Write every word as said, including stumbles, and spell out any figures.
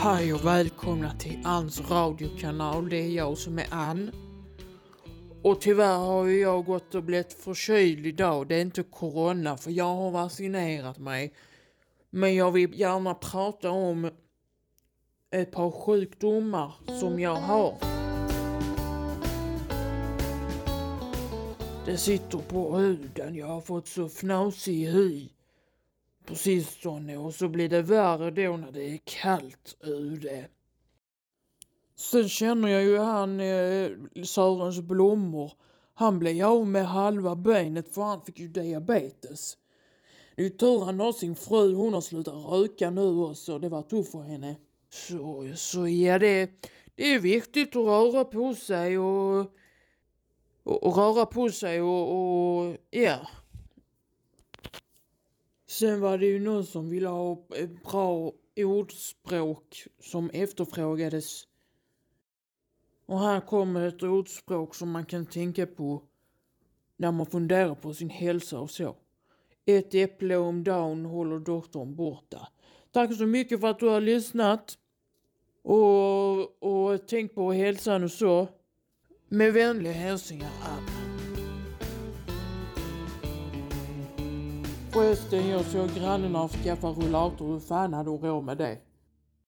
Hej och välkomna till Anns radiokanal. Det är jag som är Ann. Och tyvärr har ju jag gått och blivit förkyld idag. Det är inte corona för jag har vaccinerat mig. Men jag vill gärna prata om ett par sjukdomar som jag har. Det sitter på huden. Jag har fått så fnasig hy på sistone och så blir det värre då när det är kallt ute. Sen känner jag ju han eh, Sörens blommor. Han blev av med halva benet för han fick ju diabetes. Det är ju tur han har sin fru, hon har slutat röka nu också, det var tufft för henne. Så, så ja, det, det är viktigt att röra på sig och, och, och röra på sig och, och ja. Sen var det ju någon som ville ha ett bra ordspråk som efterfrågades. Och här kommer ett ordspråk som man kan tänka på när man funderar på sin hälsa och så. Ett äpple om dagen håller doktorn borta. Tack så mycket för att du har lyssnat. Och, och tänk på hälsan och så. Med vänliga hälsningar, Ann. Förresten, jag såg grannen av skaffa rullator. Hur fan hade hon råd med det?